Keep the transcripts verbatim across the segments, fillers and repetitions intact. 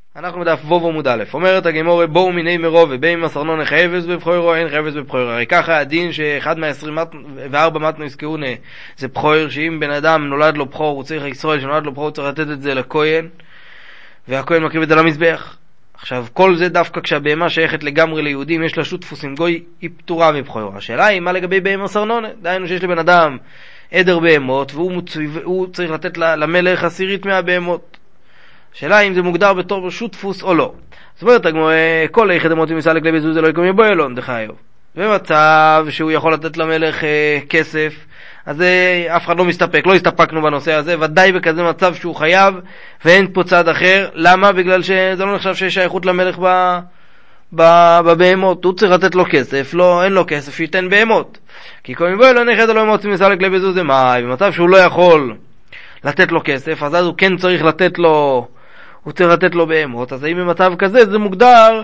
אנחנו בדף ווב עמוד א', אומרת הגמורה בואו מיני מרובה, בין מסרנון חייבס בבחוירו, אין חייבס בבחוירו. הרי ככה הדין שאחד מהעשרים וארבע מתנו יזכרונה זה בחויר, שאם בן אדם נולד לו בחור, הוא צריך, ישראל שנולד לו בחור, הוא צריך לתת את זה לכהן, והכהן מקריב את זה למזבח. עכשיו, כל זה דווקא כשהבהמה שייכת לגמרי ליהודים, יש לה שותפוס עם גוי, היא פטורה מבחוירו. השאלה היא מה לגבי בהמה סרנון? דהיינו שיש לבן אדם עדר בהמות, והוא מצו... צריך לתת למלך עשירית מהבהמות. השאלה אם זה מוגדר בתור שותפוס או לא. זאת אומרת, כל היחד אמות ומסלק לבזוז אלוהי קומי בו אלון דחיו. במצב שהוא יכול לתת למלך אה, כסף, אז אה, אף אחד לא מסתפק, לא הסתפקנו בנושא הזה, ודאי בכזה מצב שהוא חייב, ואין פה צד אחר. למה? בגלל שזה לא נחשב שיש שייכות למלך ב... בבהמות. הוא צריך לתת לו כסף, לא, אין לו כסף, שייתן בהמות. כי קומי בו אלון היחד אלוהי אמות ומסלק לבזוז זה מה? במצב שהוא לא יכול לתת לו כסף, אז אז הוא כן צריך לתת לו, הוא צריך לתת לו בהמות. אז האם במצב כזה זה מוגדר,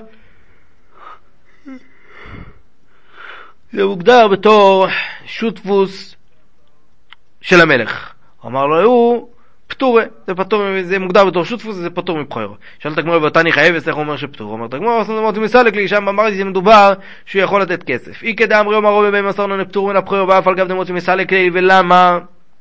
זה מוגדר בתור שותפוס של המלך. הוא אמר לו, הוא פטור, זה פטור, זה מוגדר בתור שותפוס, זה פטור מבחוירו. שאלת הגמור בתני חייבס, איך הוא אומר שפטור? הוא אומר, הגמור עושה נמות ומסלק לי, שם אמרתי, זה מדובר שהוא יכול לתת כסף. אי כדי אמרי אומר רובה בהם מסרנו נפטור מן הבחוירו, ואף על גב נמות ומסלק לי, ולמה?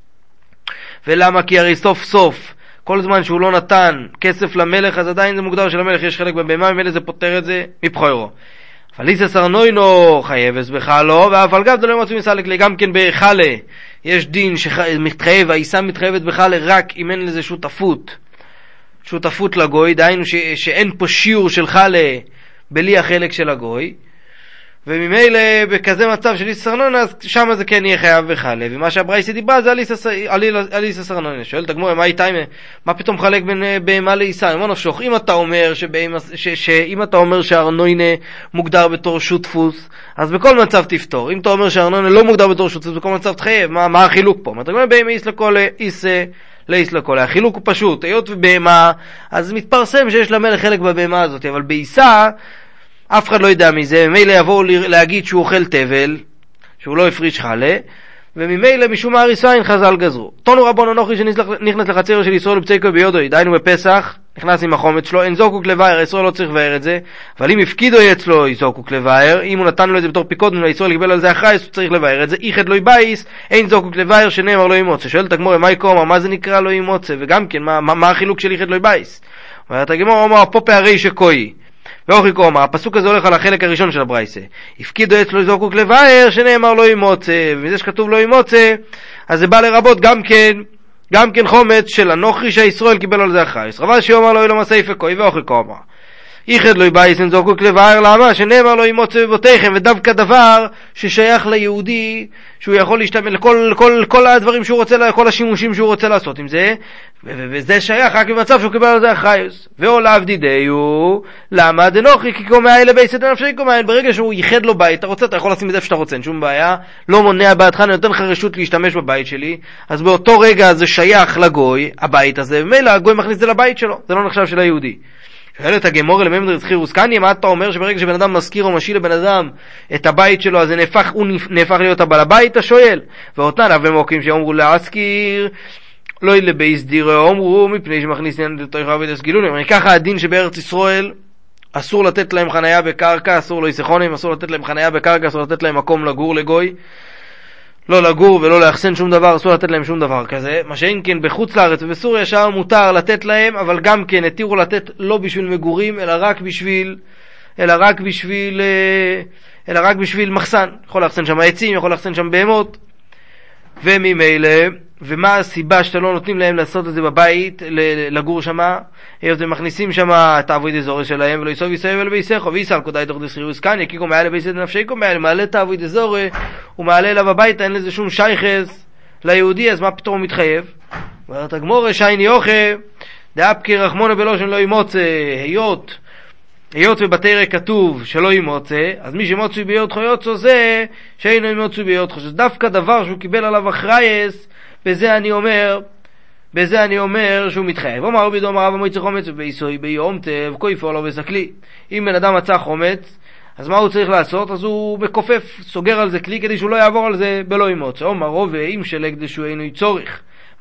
ולמה? כי הרי סוף סוף, כל זמן שהוא לא נתן כסף למלך, אז עדיין זה מוגדר שלמלך יש חלק בבהמה, ממילא זה פותר את זה מבחוירו. אבל איסא סרנוינו חייבס בחלו, ואף על גב זה לא מצוי מסלק לי. גם כן בחלה יש דין שמתחייב, האיסה מתחייבת בחלה רק אם אין לזה שותפות, שותפות לגוי, דהיינו ש, שאין פה שיעור של חלה בלי החלק של הגוי, וממילא בכזה מצב של איסא סרנון, אז שם זה כן יהיה חייב בחלה. ומה שהברייסה דיברה זה על איסא סרנון. שואלת הגמורה, מה איתה, מה פתאום חלק בין בהמה לאיסה? מה נפשוך? אם אתה אומר שאם אתה אומר שהארנוינה מוגדר בתור שותפוס, אז בכל מצב תפתור. אם אתה אומר שהארנוינה לא מוגדר בתור שותפוס, בכל מצב תחייב. מה, מה החילוק פה? אתה אומר בהמה איס לכל איסה לאיס לכל. החילוק הוא פשוט. היות ובהמה, אז מתפרסם שיש למלך חלק בבהמה הזאת, אבל באיסה אף אחד לא ידע מזה, ממילא יבואו להגיד שהוא אוכל תבל, שהוא לא הפריש חלה, וממילא משום הריסיים חז"ל גזרו. תונו רבון אנוכי שנכנס לחצר של ישראל בפצקו ביודו, דהיינו בפסח, נכנס עם החומץ שלו, אין זוקוק לבאר, ישראל לא צריך לבאר את זה, אבל אם הפקידו אצלו זוקוק לבאר, אם הוא נתן לו את זה בתור פיקוד, ישראל קיבל על זה אחראי, הוא צריך לבאר את זה, איחד לא יבייס, אין זוקוק לבאר שנאמר לא ימוצא. שואלת הגמורה, מה יקום, מה זה נקרא לא ימוצא? וגם כן, מה, מה, מה החילוק של איחד לא יבייס? אומרת הגמורה, אומר, פה פערי שקוי. ואוכי קומר, הפסוק הזה הולך על החלק הראשון של הברייסה. הפקידו אצלו זוקוק לבאר שנאמר לא ימוצא, ומזה שכתוב לא ימוצא, אז זה בא לרבות גם כן, גם כן חומץ של הנוכרי שישראל קיבל על זה אחראי. רבה שאומר לו אילו מסעיף וקוי, ואוכי קומר. איחד לא יבייס אין זוקוק לבאר, למה? שנאמר לא ימוצא בבותיכם, ודווקא דבר ששייך ליהודי, שהוא יכול להשתמש לכל כל, כל הדברים שהוא רוצה, כל השימושים שהוא רוצה לעשות עם זה, וזה שייך רק במצב שהוא קיבל על זה אחריות. ועולב דידיו, למה? דנוכרי כי קומאי לבייס את הנפשי קומאי, ברגע שהוא ייחד לו בית, אתה רוצה, אתה יכול לשים את זה שאתה רוצה, אין שום בעיה, לא מונע בעדך, אני נותן לך רשות להשתמש בבית שלי, אז באותו רגע זה שייך לגוי, הבית הזה, ומילא הגוי מכניס את זה לבית שלו, זה לא נחשב של היהודי. שואלת הגמורה לממדר זכירוס קניה, מה אתה אומר שברגע שבן אדם מזכיר או משיל לבן אדם את הבית שלו, אז זה נהפך, הוא נהפך להיות הבעל הבית? השואל. ואותנן אבי מוקים שאומרו להזכיר, לא לבייס דירה, אומרו מפני שמכניס עניין לתויכה ותסגילונים. ככה הדין שבארץ ישראל אסור לתת להם חנייה בקרקע, אסור לו יסכונים, אסור לתת להם חנייה בקרקע, אסור לתת להם מקום לגור לגוי. לא לגור ולא לאחסן שום דבר, אסור לתת להם שום דבר כזה. מה שאין כן בחוץ לארץ ובסוריה שם מותר לתת להם, אבל גם כן התירו לתת לא בשביל מגורים, אלא רק בשביל, אלא רק בשביל, אלא רק בשביל מחסן. יכול לאחסן שם עצים, יכול לאחסן שם בהמות. וממילא, ומה הסיבה שאתה לא נותנים להם לעשות את זה בבית, לגור שמה? היות הם מכניסים שמה את העבוד אזורי שלהם, ולא יסוב יסוב אל ביסך, ויסל קודאי תוך דסחירוס כאן, יקיקו מעלה ביסד נפשיקו מעלה, מעלה את העבוד אזורי, הוא מעלה אליו הביתה, אין לזה שום שייכס ליהודי, אז מה פתאום הוא מתחייב? אומרת הגמורה, שייני אוכה, דאפקי רחמונה בלושן לא ימוצא, היות, היות ובתרא כתוב שלא ימוצא, אז מי שמוצא ביות חויוצו זה, שאינו ימוצא ביות חויוצו, דווקא דבר שהוא קיבל עליו אחרייס, בזה אני אומר, בזה אני אומר שהוא מתחייב. אומר רבי דומר רב מויצא חומץ ובייסוי ביום תב כויפו לו בסקלי. אם בן אדם מצא חומץ, אז מה הוא צריך לעשות? אז הוא בכופף, סוגר על זה כלי כדי שהוא לא יעבור על זה בלא ימוצא. אומר רבי אם שלג דשו אינו צורך.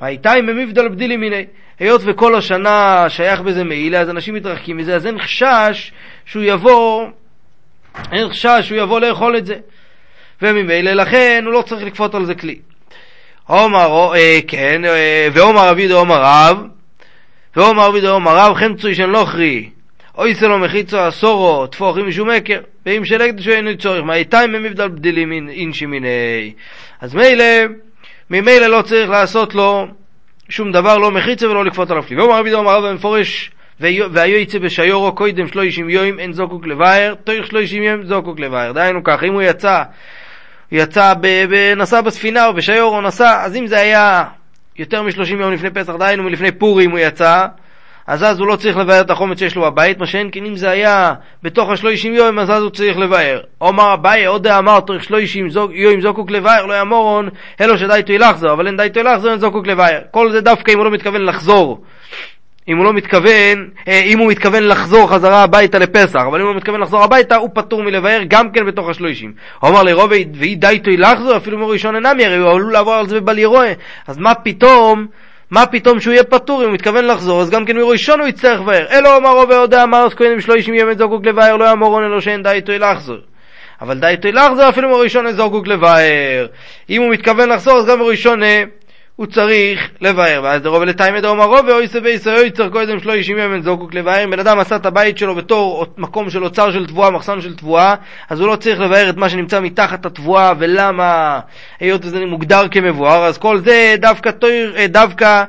מהייתיים במבדל בדילי מיני. היות וכל השנה שייך בזה מעילה, אז אנשים מתרחקים מזה, אז אין חשש שהוא יבוא, אין חשש שהוא יבוא לאכול את זה. וממילא לכן הוא לא צריך לקפות על זה כלי. אומר, אה, כן, אה, ואומר אביד ואומר רב, ואומר אביד ואומר רב, חמצוי שאין לא חרי, אוי סלו מחיצו אסורו, תפוחים משום מקר, ואם שלקת שאין צורך, מהייתיים במבדל בדילי אינשי מיני. אז מילא, ממילא לא צריך לעשות לו שום דבר, לא מחיצה ולא לקפות עליו כלי. ואומר אביד ואומר רב במפורש, והיו יצא בשיורו קודם שלושים יום אין זוקוק לבאר, תוך שלושים יום זוקוק לבאר. דהיינו כך, אם הוא יצא, יצא ב- נסע בספינה או בשיורו נסע, אז אם זה היה יותר משלושים יום לפני פסח, דהיינו מלפני פורים הוא יצא, אז אז הוא לא צריך לבאר את החומץ שיש לו בבית, מה שאין כן אם זה היה בתוך השלושים יום, אז אז הוא צריך לבאר. אומר אביי, עוד אמר תוך שלושים יום זוקוק לבאר, לא יאמורון, אלו שדי תוי לחזור, אבל אין די תוי לחזור, אין זוקוק לבאר. כל זה דווקא אם הוא לא מתכוון לחזור. אם הוא לא מתכוון, אם הוא מתכוון לחזור חזרה הביתה לפסח, אבל אם הוא מתכוון לחזור הביתה, הוא פטור מלבאר גם כן בתוך השלושים. הוא אמר לי, רובי, והיא די תוי לחזור, אפילו מראשון אינם יראה, הוא עלול לעבור על זה בבל ירואה. אז מה פתאום, מה פתאום שהוא יהיה פטור, אם הוא מתכוון לחזור, אז גם כן מראשון הוא יצטרך לבאר. אלו אמר רובי, עוד אמר, אז כהנים שלושים יום זוקוק לבאר, לא יאמרון אלו שאין די תוי לחזור. אבל די תוי לחזור, אפילו מראשון זוקוק לבאר. אם הוא מתכוון לחזור, אז גם מראשון הוא צריך לבאר. ואז דרוב לתיים את האומר רוב, ואוי סבי ישראל צריך קודם שלושים יום זוקוק לבאר. בן אדם עשה את הבית שלו בתור מקום של אוצר של תבואה, מחסן של תבואה, אז הוא לא צריך לבאר את מה שנמצא מתחת התבואה. ולמה? היות וזה מוגדר כמבואר, אז כל זה דווקא דווקא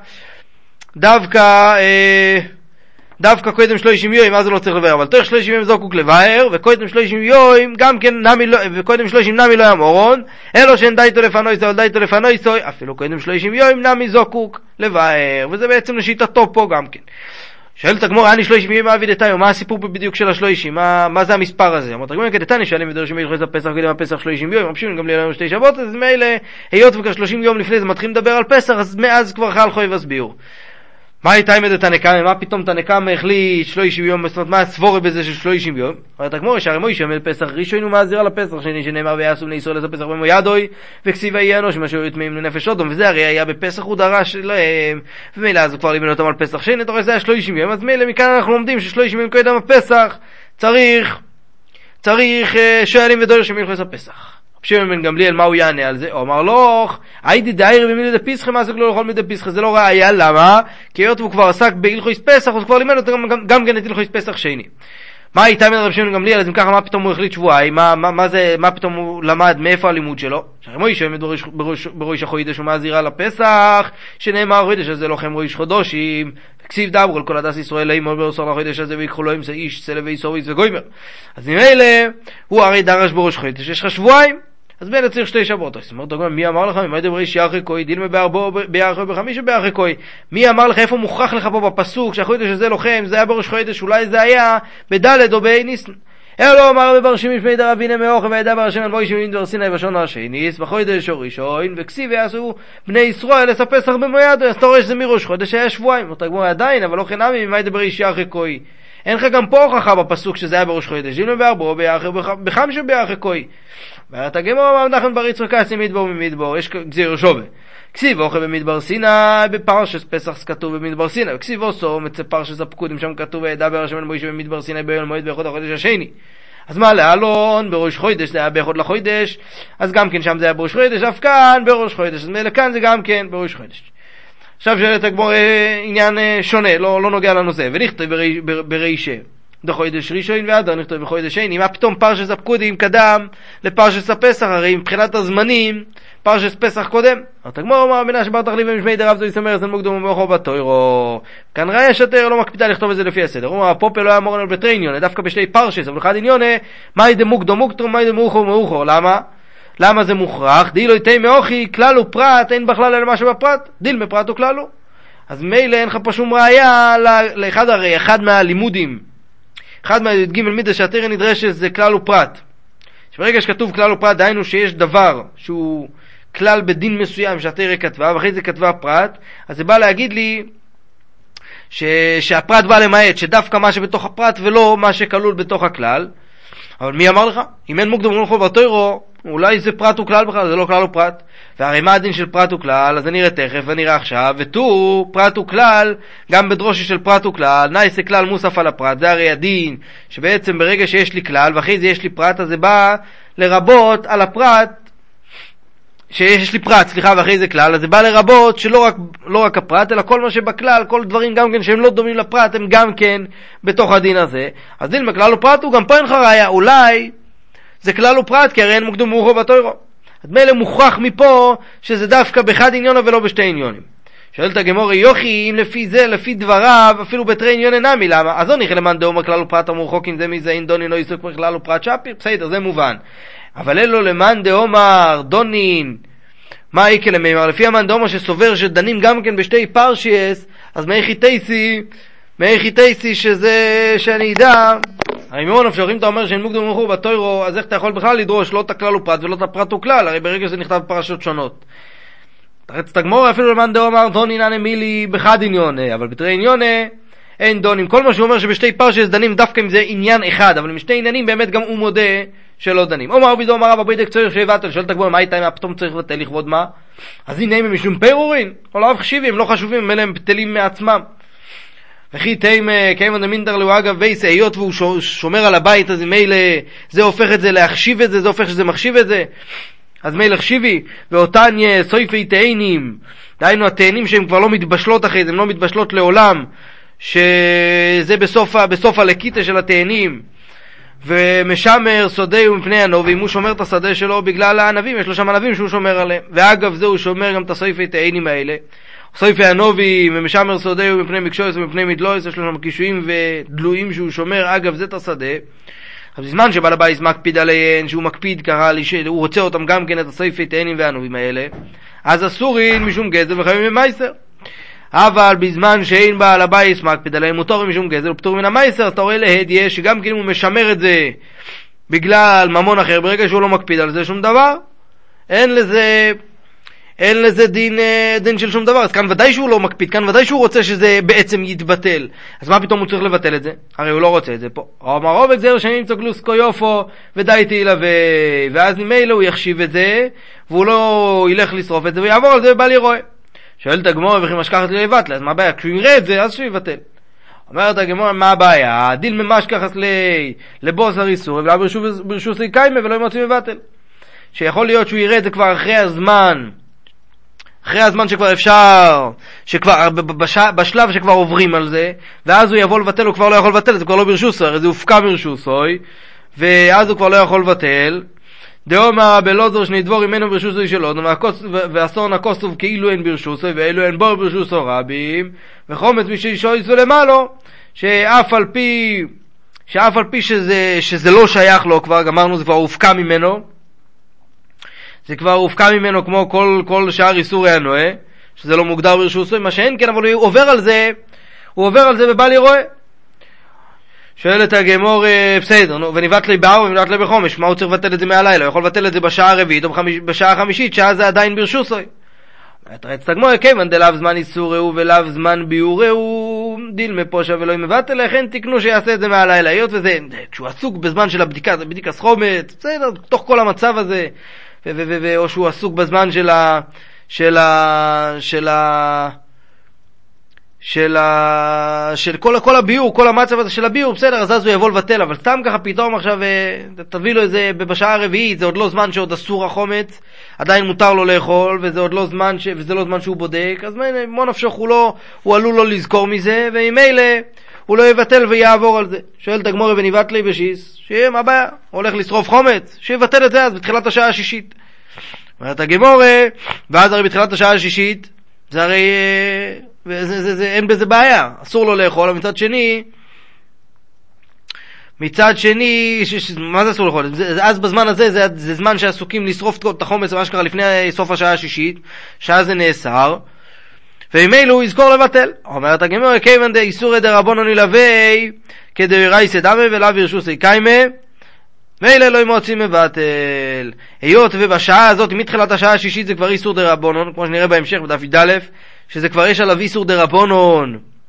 דווקא אה, דווקא קודם שלושים יום, אז הוא לא צריך לבאר. אבל תוך שלושים יום זוקוק לבאר, וקודם שלושים יום גם כן נמי לא, וקודם שלושים נמי לא יאמורון, אלו שאין דייתו לפנויסוי, אבל דייתו לפנויסוי, אפילו קודם שלושים יום נמי זוקוק לבאר. וזה בעצם לשיטתו פה גם כן. שואלת הגמור, אני שלושים יום מעביד את היום, מה הסיפור בדיוק של השלושים? מה, מה זה המספר הזה? אמרת הגמור, כדתני שואלים ודורשים מלכות הפסח, קודם הפסח שלושים יום, רבשים גם לילה שתי שבועות, אז מילא, היות וכך שלושים יום לפני זה מתחילים לדבר על פסח, אז מאז כבר חל חוי וסביעו. מה הייתה עם את תנקמה? מה פתאום תנקמה החליט שלושים יום? זאת אומרת, מה הסבורה בזה של שלושים יום? אומרת הגמור, שהרי מוישה מל פסח ראשון ומעזיר על הפסח שני שנאמר ויעשו בני ישראל לעשות פסח במו ידוי וכסיבה יהיה אנוש מה שהוא יטמאים לנפש אודום, וזה הרי היה בפסח הוא דרש להם, ומילא אז הוא כבר לימד אותם על פסח שני, תראה זה היה שלושים יום, אז מילא מכאן אנחנו לומדים ששלושים יום קודם הפסח צריך צריך שואלים ודורשים מלכות הפסח. שמעון בן גמליאל, מה הוא יענה על זה? הוא אמר לו, היידי דאיר במילי דפיסחה, מה זה לא לכל מידי פסחה? זה לא ראיה, למה? כי היות הוא כבר עסק בהלכות פסח, הוא כבר לימד אותו גם, גם כן את הלכות פסח שני. מה הייתה מן רב שמעון בן גמליאל? אז אם ככה, מה פתאום הוא החליט שבועיים? מה, מה, מה זה, מה פתאום הוא למד? מאיפה הלימוד שלו? שרמוי שעומד בראש, בראש, בראש החודש ומעזירה לפסח, שנאמר החודש הזה לא חם ראש חודשים, כסיב דברו על כל הדס ישראל לאמור ברסור לחודש הזה ויקחו לו אם זה איש, צלב ואיסור וגוימר. אז ממילא, הוא הרי דרש בראש חודש, יש לך שבועיים. אז בין צריך שתי שבועות. אז אמרת, מי אמר לך? מי דברי שיחי קוי, דילמה בארבו, ביחי בחמישה ביחי קוי. מי אמר לך? איפה מוכרח לך פה בפסוק שהחודש הזה לוחם, זה היה בראש חודש, אולי זה היה בדלת או באיניס. אלו אמר בברשים משמי דרבינה מאוכל וידע ברשם על בוי שמין דבר סיני ושון השניס בחודש הראשון וכסיב יעשו בני ישראל לספסח במויד. אז אתה רואה שזה מראש חודש היה שבועיים. אתה גמור עדיין, אבל לא חינמי מי דברי שיחי קוי. אין לך גם פה הוכחה בפסוק שזה היה בראש חודש, דילמה בארבו בחמישה ביחי קוי. ואתה גמור אמר נחמן בר יצחק עשי מדבור ממדבור, יש גזיר שווה. כסיב אוכל במדבר סיני, בפרשת פסח כתוב במדבר סיני, וכסיב אוסו מצא פרשת הפקודים שם כתוב וידבר השם אל מוישה במדבר סיני ביום מועד באחד החודש השני. אז מה לאלון בראש חודש זה היה באחד לחודש, אז גם כן שם זה היה בראש חודש, אף כאן בראש חודש, אז מילא כאן זה גם כן בראש חודש. עכשיו שאלת הגמור עניין שונה, לא, לא נוגע לנושא, ונכתב ברישה בחודש ראשון ואדר נכתוב בחודש שני. מה פתאום פרשת הפקודים קדם לפרשת הפסח? הרי מבחינת הזמנים פרשת פסח קודם. הגמור אומר בנה שבר תחליף במשמי דרב זו יסמר אצל מוקדום ומאוחר בתוירו, כאן ראיה שתר לא מקפידה לכתוב את זה לפי הסדר. הוא אומר הפופל לא היה מורן על בטריניון דווקא בשתי פרשת, אבל אחד עניון מה ידה מוקדום מוקדום מה ידה מאוחר ומאוחר. למה? למה זה מוכרח? דיל לא יתאי מאוכי כלל הוא פרט, אין בכלל אלא משהו בפרט, דיל מפרט הוא כלל הוא. אז מילא אין לך פה שום ראיה לאחד, הרי אחד מהלימודים אחד מהג' מידה שהתרא נדרשת זה כלל ופרט. שברגע שכתוב כלל ופרט, דהיינו שיש דבר שהוא כלל בדין מסוים שהתרא כתבה, ואחרי זה כתבה פרט, אז זה בא להגיד לי ש... שהפרט בא למעט, שדווקא מה שבתוך הפרט ולא מה שכלול בתוך הכלל. אבל מי אמר לך? אם אין מוקדם ומאוחר בתוירו, אולי זה פרט וכלל בכלל, זה לא כלל ופרט. והרי מה הדין של פרט וכלל? אז אני אראה תכף ונראה עכשיו. ותור, פרט וכלל, גם בדרושי של פרט וכלל, נייסה כלל מוסף על הפרט. זה הרי הדין, שבעצם ברגע שיש לי כלל, ואחרי זה יש לי פרט, אז זה בא לרבות על הפרט, שיש לי פרט, סליחה, ואחרי זה כלל, אז זה בא לרבות שלא רק, לא רק הפרט, אלא כל מה שבכלל, כל דברים גם כן שהם לא דומים לפרט, הם גם כן בתוך הדין הזה. אז דין בכלל ופרט הוא גם פה אין חריה, אולי זה כלל ופרט, כי הרי אין מוקדום מורחו בתוירו. אז מילא מוכרח מפה שזה דווקא באחד עניונו ולא בשתי עניונים. שואלת הגמורה, יוכי, אם לפי זה, לפי דבריו, אפילו בתרי עניון אינמי, למה? אז לא נכלה למאן דאמר כלל ופרט המורחוק, אם זה מזה אין דונין לא עיסוק בכלל ופרט שפיר, בסדר, זה מובן. אבל אלו למאן דאמר דונין, מה איקה למימר? לפי המאן דאמר שסובר שדנים גם כן בשתי פרשייס, אז מאיכי תייסי, מאיכי תייסי שזה, שאני אדע, הרי מאוד אפשר, אם אתה אומר שאין מוקדם ומחור בתוירו, אז איך אתה יכול בכלל לדרוש לא את הכלל ופרט ולא את הפרט וכלל, הרי ברגע שזה נכתב בפרשות שונות. תרץ את הגמור, אפילו למאן דאמר דונין אנמילי בחד עניון, אבל בתרי עניון אין דונים. כל מה שהוא אומר שבשתי פרשייס דנים דווקא אם זה עניין אחד, אבל עם שתי עניינים באמת גם הוא מודה שלא דנים. אומר רבי דו אמר רב אבידק צריך שיבטל, שואל את הגמור, מה איתה אם הפתאום צריך לבטל לכבוד מה? אז הנה הם משום פירורין, או לא חשיבים, הם לא חשובים, הם אלה הם בטלים מעצמם. וכי תאים קיימן דמינדר לו אגב וייס, היות והוא שומר על הבית, אז מילא זה הופך את זה להחשיב את זה, זה הופך שזה מחשיב את זה. אז מילא חשיבי, ואותן סויפי תאנים, דהיינו התאנים שהם כבר לא מתבשלות אחרי זה, הם לא מתבשלות לעולם, שזה בסוף, בסוף הלקיטה של התאנים, ומשמר שודהו מפני הנובים, הוא שומר את השדה שלו בגלל הענבים, יש לו שם ענבים שהוא שומר עליהם, ואגב זה הוא שומר גם את הסויפי תאנים האלה, סויפי הנובים, ומשמר שודהו מפני מקשויס ומפני מדלויס, יש לו שם קישויים ודלויים שהוא שומר, אגב זה את השדה. אז בזמן שבעל הבית מקפיד עליהן, שהוא מקפיד קרא לי, שהוא רוצה אותם גם כן את הסויפי תאנים והנובים האלה, אז אסורין משום גזל וחייבים ממייסר. אבל בזמן שאין בעל הבית מקפיד עליהם מותר משום גזל ופטור מן המייסר, אתה רואה להדיה שגם כן הוא משמר את זה בגלל ממון אחר, ברגע שהוא לא מקפיד על זה שום דבר, אין לזה אין לזה דין, דין של שום דבר. אז כאן ודאי שהוא לא מקפיד, כאן ודאי שהוא רוצה שזה בעצם יתבטל. אז מה פתאום הוא צריך לבטל את זה? הרי הוא לא רוצה את זה פה. אמר רוב הגזר שנים צוגלוס קויופו ודי תהילווה, ואז ממילא הוא יחשיב את זה והוא לא ילך לשרוף את זה ויעבור על זה ובל ירואה. שואלת הגמורה וכי משכחת לי לבטל, אז מה הבעיה? כשהוא יראה את זה אז שהוא יבטל. אומרת הגמורה, מה הבעיה? הדיל ממשכחת לי לבוס הריסור ולא ברשוס קיימה ולא ימוציא מבטל. שיכול להיות שהוא יראה את זה כבר אחרי הזמן, אחרי הזמן שכבר אפשר, שכבר, בשלב שכבר עוברים על זה, ואז הוא יבוא לבטל, הוא כבר לא יכול לבטל, זה כבר לא ברשוסו, הרי זה הופקע ברשוסוי, ואז הוא כבר לא יכול לבטל. דאומר בלוזר שני דבור ממנו ברשוסוי שלו, ואסור נקוסוב כאילו אין ברשוסוי, ואילו אין בור ברשוסו רבים, וחומץ משישו למעלו, שאף על פי, שאף על פי שזה, שזה לא שייך לו, כבר גמרנו, זה כבר הופקע ממנו, זה כבר הופקע ממנו כמו כל, כל שאר איסורי הנועה, שזה לא מוגדר ברשוסוי, מה שאין כן, אבל הוא עובר על זה, הוא עובר על זה ובל ירואה. שואלת הגמור, בסדר, נו, וניבט לי באר וניבט לי בחומש, מה הוא צריך לבטל את זה מהלילה? הוא יכול לבטל את זה בשעה הרביעית או בחמיש, בשעה החמישית, שעה זה עדיין ברשוסוי. ותרץ תגמור, כיוון דלאו זמן איסורהו ולאו זמן ביורהו, דיל מפושה ולא מבטל, לכן תקנו שיעשה את זה מהלילה. היות וזה, כשהוא עסוק בזמן של הבדיקה, זה בדיקה סחומת, בסדר, תוך כל המצב הזה, ו- ו- ו- ו- או שהוא עסוק בזמן של ה... של ה... של ה... של ה... של כל, כל הביור, כל המצב הזה של הביור, בסדר, אז אז הוא יבוא לבטל, אבל סתם ככה פתאום עכשיו, תביא לו איזה, בשעה הרביעית, זה עוד לא זמן שעוד אסור החומץ, עדיין מותר לו לאכול, וזה עוד לא זמן, ש... וזה לא זמן שהוא בודק, אז מה נפשוך, הוא לא, הוא עלול לא לזכור מזה, וממילא הוא לא יבטל ויעבור על זה. שואל את הגמורה וניבט לי בשיס, שיהיה מה הבעיה, הוא הולך לשרוף חומץ, שיבטל את זה אז בתחילת השעה השישית. אומרת הגמורה, ואז הרי בתחילת השעה השישית, זה הרי, וזה, זה, זה, אין בזה בעיה, אסור לו לאכול, אבל מצד שני, מצד שני, ש, ש, מה זה אסור לאכול? זה, אז בזמן הזה, זה, זה זמן שעסוקים לשרוף את החומץ, מה שקרה לפני סוף השעה השישית, שעה זה נאסר, וממילא הוא יזכור לבטל. אומרת הגמורה, כיוון דה איסורי דרבנן ילווה, כדי רייסא דמי ולאו ירשוסי קיימה, מילא לא מוצאים מבטל. היות ובשעה הזאת, מתחילת השעה השישית, זה כבר איסור דרבנן, כמו שנראה בהמשך בדף י"א, שזה כבר יש עליו איסור דרבנן,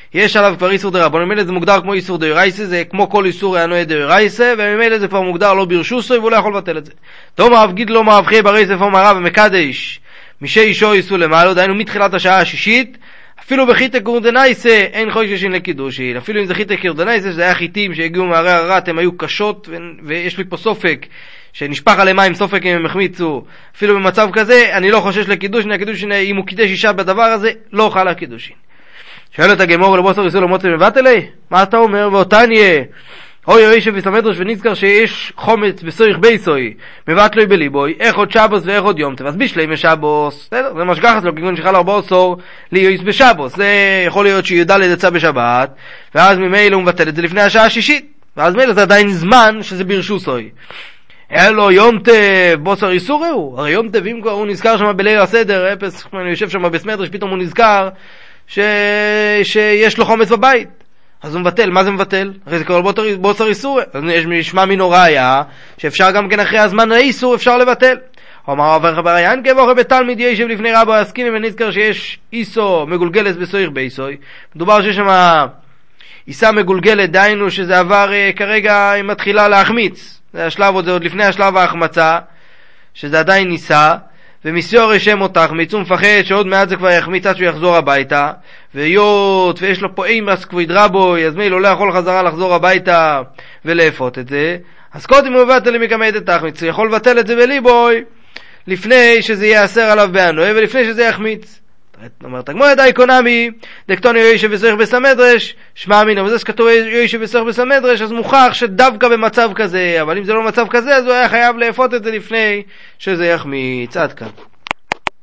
יש עליו כבר איסור דרבנן, ממילא זה מוגדר כמו איסור דאורייסה, זה כמו כל איסור הנוהג דאורייסה, וממילא זה כבר מוגדר לא ברשוסו, והוא לא יכול לבטל את זה. תאמר אף גיד לו מאבחי ברייסה פורמה רב ומקדש, משי אישו איסור למעלו, דהיינו מתחילת השעה השישית, אפילו בחיטה קורדנייסה אין חוששין לקידושין, אפילו אם זה חיטה קורדנייסה, שזה היה חיטים שהגיעו מהרי הררת, הם היו קשות, ו... ויש לי פה סופק, שנשפך עליהם מים סופק אם הם החמיצו, אפילו במצב כזה, אני לא חושש לקידושין, הקידושין, אם הוא קידש אישה בדבר הזה, לא חל הקידושין. שואלת הגמור לבוסר איסור למוצא מבטלי? מה אתה אומר? ואותן יהיה, אוי אוי שבסמדרש ונזכר שיש חומץ בסויך בייסוי, מבטלוי בליבוי, איך עוד שבוס ואיך עוד יום, אז בישלי משבוס, בסדר, זה משגחת לו, כגון שחל ארבע עשור ליועיס בשבוס, זה יכול להיות שיודע לדצה בשבת, ואז ממילא הוא מבטל את זה לפני השעה השישית, ואז מילא זה עדיין זמן שזה ברשוסוי. אלו יום טב, בוסר איסור הוא, הרי יום טב אם כבר הוא נזכר שם בליל הסדר, אפס, אני יושב שם בסמדרש, פתאום הוא נזכר ש... שיש לו חומץ בבית. אז הוא מבטל, מה זה מבטל? הרי זה כבר בוסר איסור. אז יש משמע מינו ראיה, שאפשר גם כן אחרי הזמן האיסור, אפשר לבטל. אומר עבר חבר ינקה, ואוכל בתלמיד ישב לפני רבו הסקינים, ונזכר שיש איסו מגולגלת בסויך בייסוי. מדובר שיש שם איסה מגולגלת, דיינו שזה עבר כרגע, היא מתחילה להחמיץ. זה השלב עוד, זה עוד לפני השלב ההחמצה, שזה עדיין ניסה. ומסיור ישם אותך, מיצום מפחד שעוד מעט זה כבר יחמיץ עד שהוא יחזור הביתה, ויות, ויש לו פה אימס כבוד רבוי, אז מילא לא יכול חזרה לחזור הביתה ולאפות את זה, אז קודם הוא מבטל למקמד את תחמיץ, הוא יכול לבטל את זה בליבוי, לפני שזה ייאסר עליו בענוי, ולפני שזה יחמיץ. אומרת, כמו ידעי קונמי, דקטוני יוישב וסויך בסמדרש, שמע אמינו, וזה שכתוב יוישב וסויך בסמדרש, אז מוכח שדווקא במצב כזה, אבל אם זה לא מצב כזה, אז הוא היה חייב לאפות את זה לפני שזה יחמיץ. עד כאן.